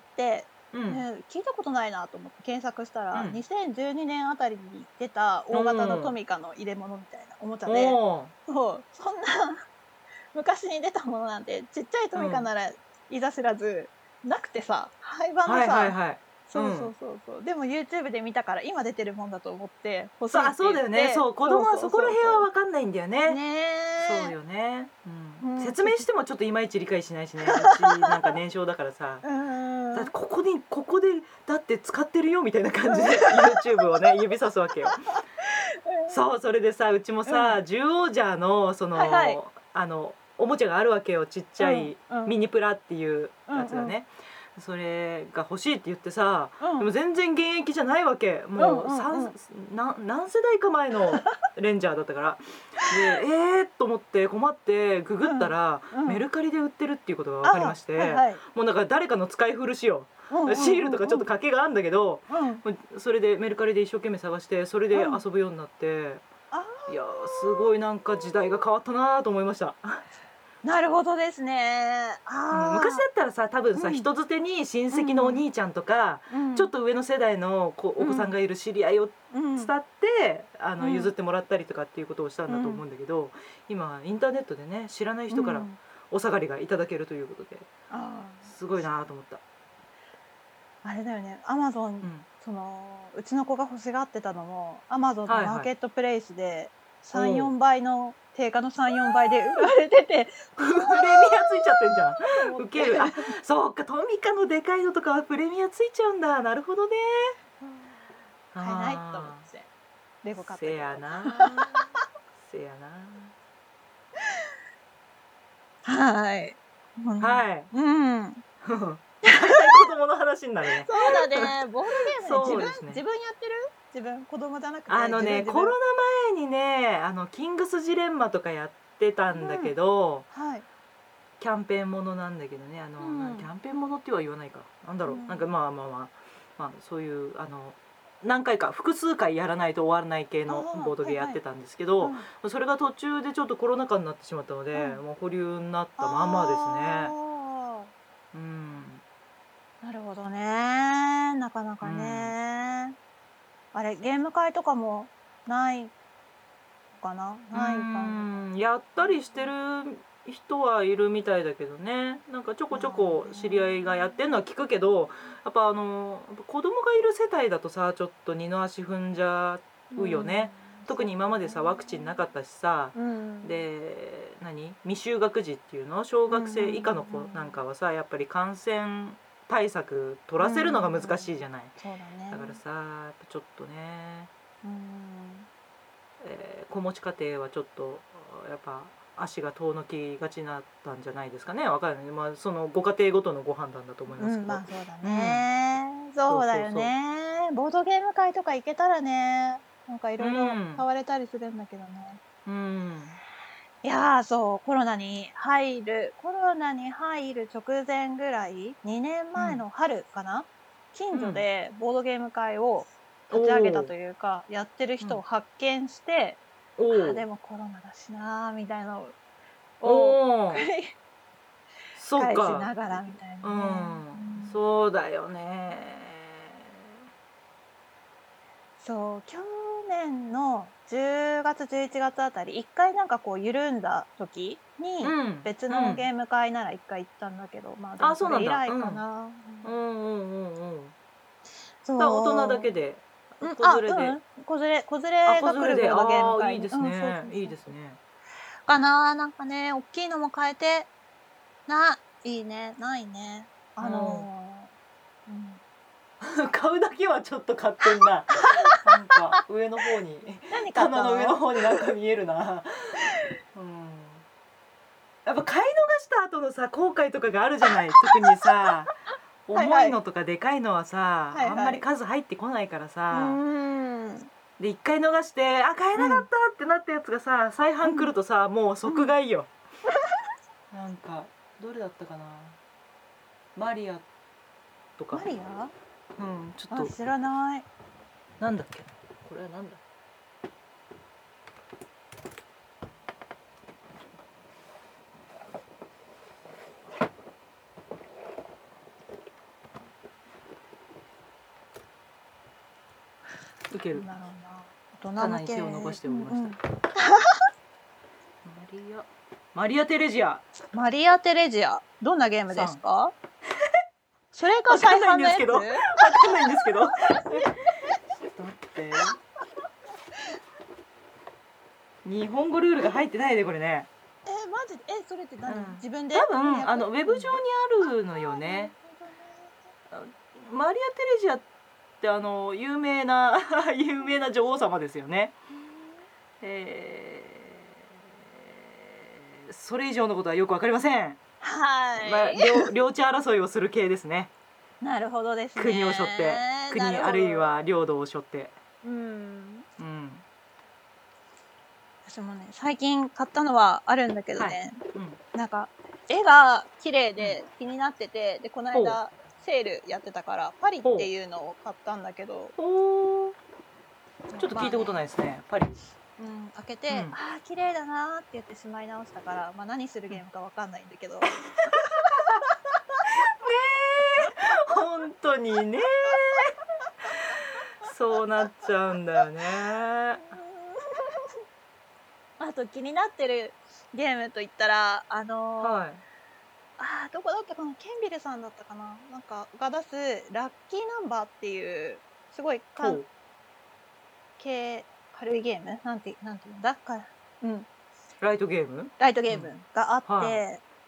聞いたことないなと思って検索したら、2012年あたりに出た大型のトミカの入れ物みたいなおもちゃで、そんな昔に出たものなんてちっちゃいトミカならいざ知らずなくてさ、廃盤がさ、そうでも YouTube で見たから今出てるもんだと思って欲しいって言って。そうだよね、そう子供はそこら辺は分かんないんだよね。そうよね、説明してもちょっといまいち理解しないしね、うちなんか年少だからさ、だってここでだって使ってるよみたいな感じで YouTube をね指さすわけよ。そう、それでさ、うちもさ、10王者のそのおもちゃがあるわけよ、ちっちゃいミニプラっていうやつがね、それが欲しいって言ってさ、でも全然現役じゃないわけ、もう何世代か前のレンジャーだったから、でと思って困ってググったら、メルカリで売ってるっていうことが分かりまして、もうなんか誰かの使い古しよ、シールとかちょっと賭けがあるんだけど、それでメルカリで一生懸命探して、それで遊ぶようになって、いやすごいなんか時代が変わったなと思いました。 なるほどですね。 昔だったらさ、多分さ、人づてに親戚のお兄ちゃんとか、ちょっと上の世代のお子さんがいる知り合いを伝って譲ってもらったりとかっていうことをしたんだと思うんだけど、今インターネットでね、知らない人からお下がりがいただけるということで、すごいなと思った。 あれだよね、アマゾン、うちの子が欲しがってたのもアマゾンのマーケットプレイスで3、4倍の定価の3、4倍で売られてて、 プレミアついちゃってんじゃん。ウケる。そうか、トミカのでかいのとかはプレミアついちゃうんだ。なるほどね。 買えないと思ってレゴ買ったけど。 せやな。せやな。はい。 はい。大体子供の話になるね。 そうだね。ボードゲーム自分やってる？自分子供じゃなくて。 コロナ前にね、キングスジレンマとかやってたんだけど、キャンペーンものなんだけどね、キャンペーンものっては言わないか、なんだろう、なんかまあそういう何回か複数回やらないと終わらない系のボードゲーやってたんですけど、それが途中でちょっとコロナ禍になってしまったので、もう保留になったままですね。 なるほどね。なかなかね。あれゲーム会とかもないかな。ないかな。 やったりしてる人はいるみたいだけどね。なんかちょこちょこ知り合いがやってるのは聞くけど、やっぱ子供がいる世帯だとさ、ちょっと二の足踏んじゃうよね。 特に今までさワクチンなかったしさ、で未就学児っていうの小学生以下の子なんかはさやっぱり感染対策取らせるのが難しいじゃない、だからさやっぱちょっとね、子持ち家庭はちょっとやっぱ足が遠のきがちになったんじゃないですかね。わからない、まあそのご家庭ごとのご判断だと思いますけど、 まあそうだね、そうだよね。ボードゲーム会とか行けたらね、なんかいろいろ買われたりするんだけどね。いやそうコロナに入る直前ぐらい、2年前の春かな、近所でボードゲーム会を立ち上げたというか、やってる人を発見して、でもコロナだしなみたいなのを繰り返しながらみたいなね。 そうだよね。 そう去年の10月11月あたり一回なんかこう緩んだ時に別のゲーム会なら一回行ったんだけど、まあでもそれ以来かな。 そう大人だけで子連れが来るボードゲーム会、 いいですね、いいですねかな。なんかね大きいのも変えていいね、ないね。 買うだけはちょっと買ってんななんか上の方に棚の上の方になんか見えるなやっぱ買い逃した後のさ後悔とかがあるじゃない。特にさ重いのとかでかいのはさ、あんまり数入ってこないからさ、で一回逃して買えなかったってなったやつがさ再販来るとさ、もう即買いよなんかどれだったかな、マリアとか。 マリア？ ちょっと知らない。 なんだっけ、これはなんだ。受ける。棚に手を伸ばしておりました。マリアテレジア。 マリアテレジア。どんなゲームですか？それが再販のやつ？わかんないんですけど。ちょっと待って。日本語ルールが入ってないでこれね。 マジで？それって何？自分で？ 多分ウェブ上にあるのよね。マリアテレジアって有名な女王様ですよね。それ以上のことはよくわかりません。領地争いをする系ですね。 なるほどですね。 国を背負って、国あるいは領土を背負って。 私もね最近買ったのはあるんだけどね、なんか絵が綺麗で気になってて、でこの間セールやってたからパリっていうのを買ったんだけど、 ちょっと聞いたことないですね、パリ。 開けて、綺麗だなって言ってしまい直したから、何するゲームかわかんないんだけど。ねえ、本当にね。そうなっちゃうんだよね。 あと気になってるゲームといったらどこだったかな、ケンビルさんだったかな、なんかが出すラッキーナンバーっていうすごい軽いゲームなんていうんだか、 ライトゲームがあって、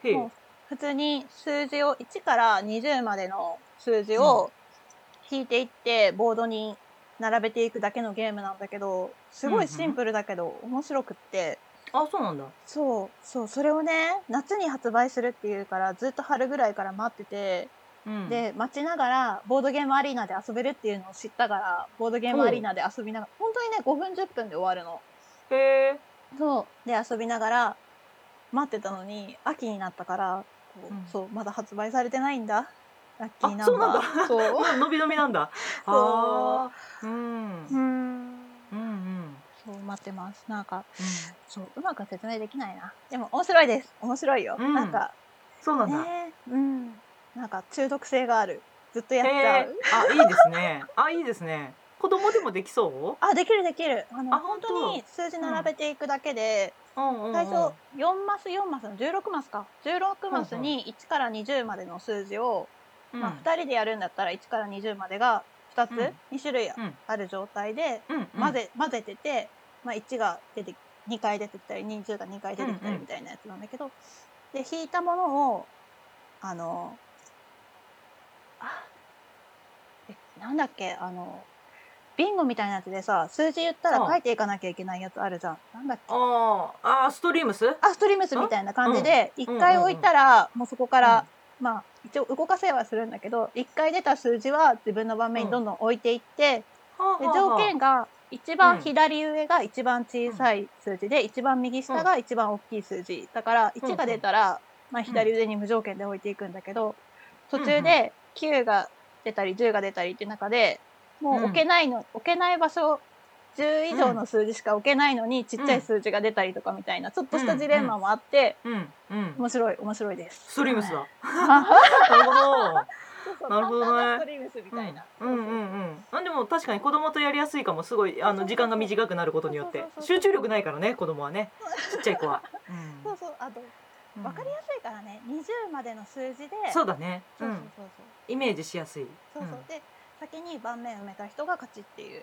もう普通に数字を1から20までの数字を引いていってボードに並べていくだけのゲームなんだけど、すごいシンプルだけど面白くって。 そうなんだ。 そうそれをね夏に発売するっていうからずっと春ぐらいから待ってて、で待ちながらボードゲームアリーナで遊べるっていうのを知ったから、ボードゲームアリーナで遊びながら、本当にね5分10分で終わるの。そうで遊びながら待ってたのに秋になったからそうまだ発売されてないんだ、ラッキーナンバー。 そう伸び伸びなんだ。 そう待ってます。なんか、そううまく説明できないな。でも面白いです。面白いよ。なんかそうなんだ。 なんか中毒性がある。ずっとやっちゃう。 いいですね。いいですね。子供でもできそう？ できるできる。本当に数字並べていくだけで、最初4マス4マスの16マスか。16マスに1から20までの数字を、2人でやるんだったら1から20までが2つ、2種類ある状態で混ぜてて、 まあ、1が2回出てきたり20が2回出てきたりみたいなやつなんだけど、で引いたものをなんだっけビンゴみたいなやつでさ、数字言ったら書いていかなきゃいけないやつあるじゃん。なんだっけ。 ストリームス？ ストリームスみたいな感じで、1回置いたら、もうそこから、まあ、一応動かせはするんだけど、1回出た数字は自分の盤面にどんどん置いていって、で条件が、一番左上が一番小さい数字で、一番右下が一番大きい数字。だから、1が出たら、まあ、左腕に無条件で置いていくんだけど、途中で9が出たり10が出たりっていう中で、もう置けない場所10以上の数字しか置けないのに、ちっちゃい数字が出たりとかみたいなちょっとしたジレンマもあって、面白いです。 ストリームスだ。なるほど。なるほどね。 ストリームスみたいな。 でも確かに子供とやりやすいかも。すごい時間が短くなることによって集中力ないからね、子供はね、ちっちゃい子は。 そうそう、あと分かりやすいからね、20までの数字で。 そうだね。イメージしやすい。 そうで先に盤面埋めた人が勝ちっていう。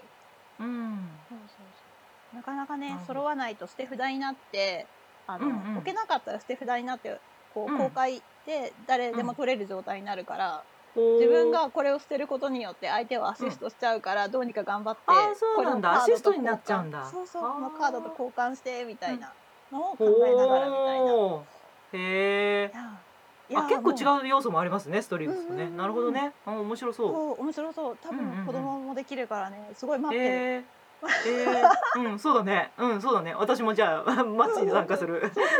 なかなかね揃わないと捨て札になって置けなかったら捨て札になってこう公開で誰でも取れる状態になるから、自分がこれを捨てることによって相手をアシストしちゃうから、どうにか頑張ってこれのアシストになっちゃうんだ。 このカードと交換してみたいなのを考えながらみたいな。 へえ。結構違う要素もありますね、ストリームスとね。なるほどね。面白そう。 面白そう。多分子供もできるからね、すごい待ってる。 そうだね。そうだね。私もじゃあマッチに参加する。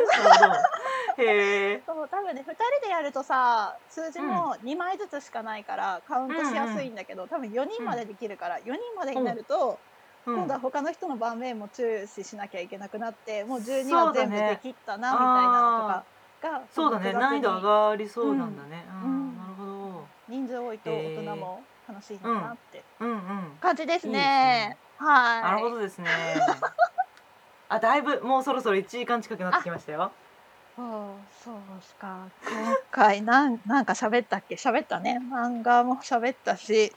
へえ。 多分ね、2人でやるとさ、数字も2枚ずつしかないからカウントしやすいんだけど、多分4人までできるから、4人までになると、今度は他の人の盤面も注視しなきゃいけなくなって、もう12は全部できったなみたいなのとか。 そうだね、難易度上がりそうなんだね。なるほど。 人数多いと大人も楽しいのかなって感じですね。はい。 なるほどですね。だいぶもうそろそろ1時間近くなってきましたよ。 そうですか。今回なんか喋ったっけ？喋ったね。漫画も喋ったし。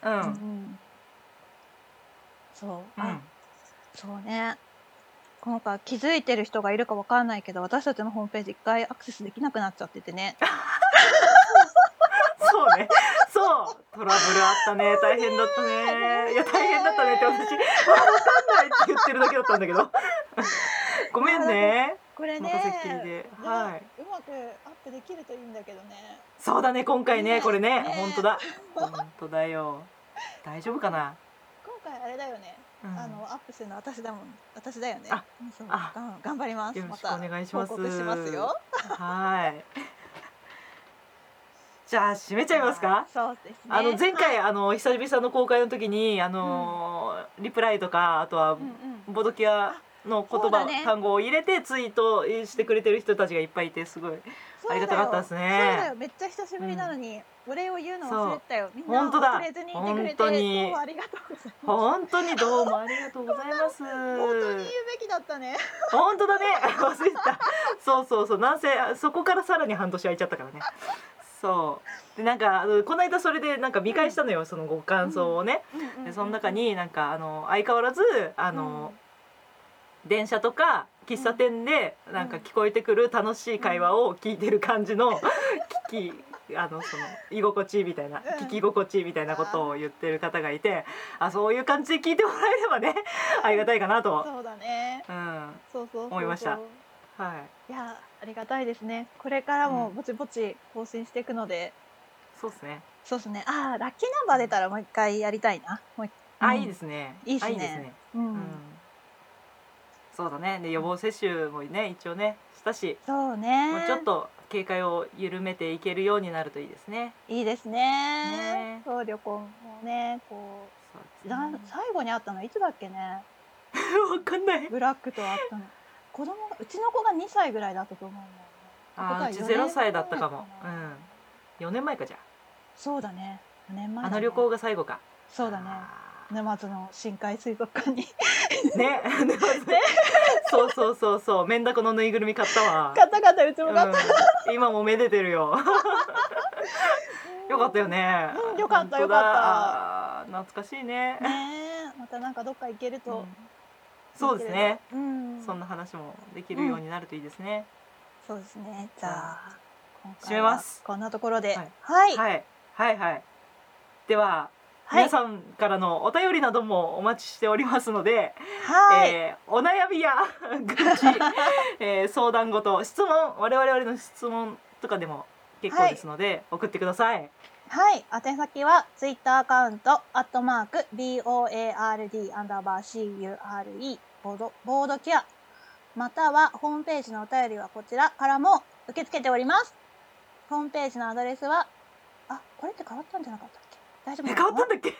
そうね。今回気づいてる人がいるかわかんないけど、私たちのホームページ一回アクセスできなくなっちゃっててね。 そうね。そうトラブルあったね。大変だったね。いや大変だったねって私わかんないって言ってるだけだったんだけど。ごめんね。 これね、 うまくアップできるといいんだけどね。 そうだね、今回ね、これね、本当だ。本当だよ。大丈夫かな。 今回あれだよね。アップするの私だよね。頑張ります。 よろしくお願いします。 報告しますよ。 はい。じゃあ締めちゃいますか。 そうですね。 前回久々の公開の時にリプライとかあとはボドキアの言葉単語を入れてツイートしてくれてる人たちがいっぱいいてすごいありがたかったですね。 そうだよ、めっちゃ久しぶりなのにお礼を言うの忘れたよ。みんな忘れずにいてくれてどうもありがとうございます。 本当にどうもありがとうございます。 本当に言うべきだったね。 本当だね。忘れた。そうなんせそこからさらに半年空いちゃったからね。そうでなんかこの間それでなんか見返したのよ、そのご感想をね。でその中になんか相変わらず電車とか喫茶店でなんか聞こえてくる楽しい会話を聞いてる感じのその居心地みたいな聞き心地みたいなことを言ってる方がいて、そういう感じで聞いてもらえればねありがたいかなと。 そうだね。 思いました。はい。 いやありがたいですね。これからもぼちぼち更新していくので。 そうですね。 そうですね。ラッキーナンバー出たらもう一回やりたいな。 いいですね。 いいですね。 そうだね。で予防接種もね一応ねしたし、 そうね。 もうちょっと警戒を緩めていけるようになるといいですね。 いいですね。そう旅行もねこう最後に会ったのいつだっけね。 わかんない。 ブラックと会ったの。うちの子が2歳ぐらいだったと思うんだよね。うち0歳だったかも。4年前かじゃ。 そうだね。4年前。 旅行が最後か。 そうだね。沼津の深海水族館にね。そうメンダコのぬいぐるみ買ったわ。 買ったうちも買った。 今もめでてるよ。よかったよね。 よかった。 懐かしいね。 またなんかどっか行けるとそうですね、そんな話もできるようになるといいですね。 そうですね。じゃあ締めます。 こんなところで、 はいでは、皆さんからのお便りなどもお待ちしておりますので、お悩みや愚痴、相談事、質問、我々の質問とかでも結構ですので、送ってください。 はい、宛先はツイッターアカウント@BOARD_CURE ボードキャア、またはホームページのお便りはこちらからも受け付けております。ホームページのアドレスは、これって変わったんじゃなかったっけ？大丈夫？ 変わったんだっけ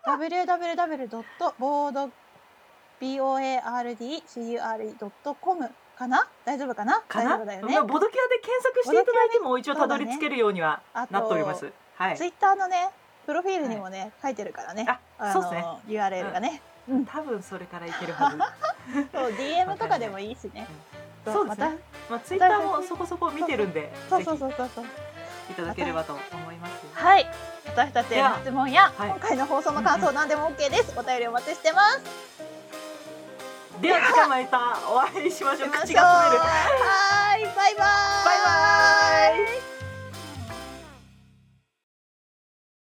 ？www.boardcure.com かな？大丈夫かな？大丈夫だよね。 ボドキャで検索していただいても一応たどり着けるようにはなっております。 ツイッターのね、プロフィールにもね、書いてるからね。 そうですね。 URL がね。 多分それからいけるはず。 そう、DM とかでもいいしね。 そうですね。ツイッターもそこそこ見てるんで、 そう。いただければと思います。 はい。私たちへの質問や今回の放送の感想何でも OK です。お便りお待ちしてます。 では次回またお会いしましょう。口が滑る。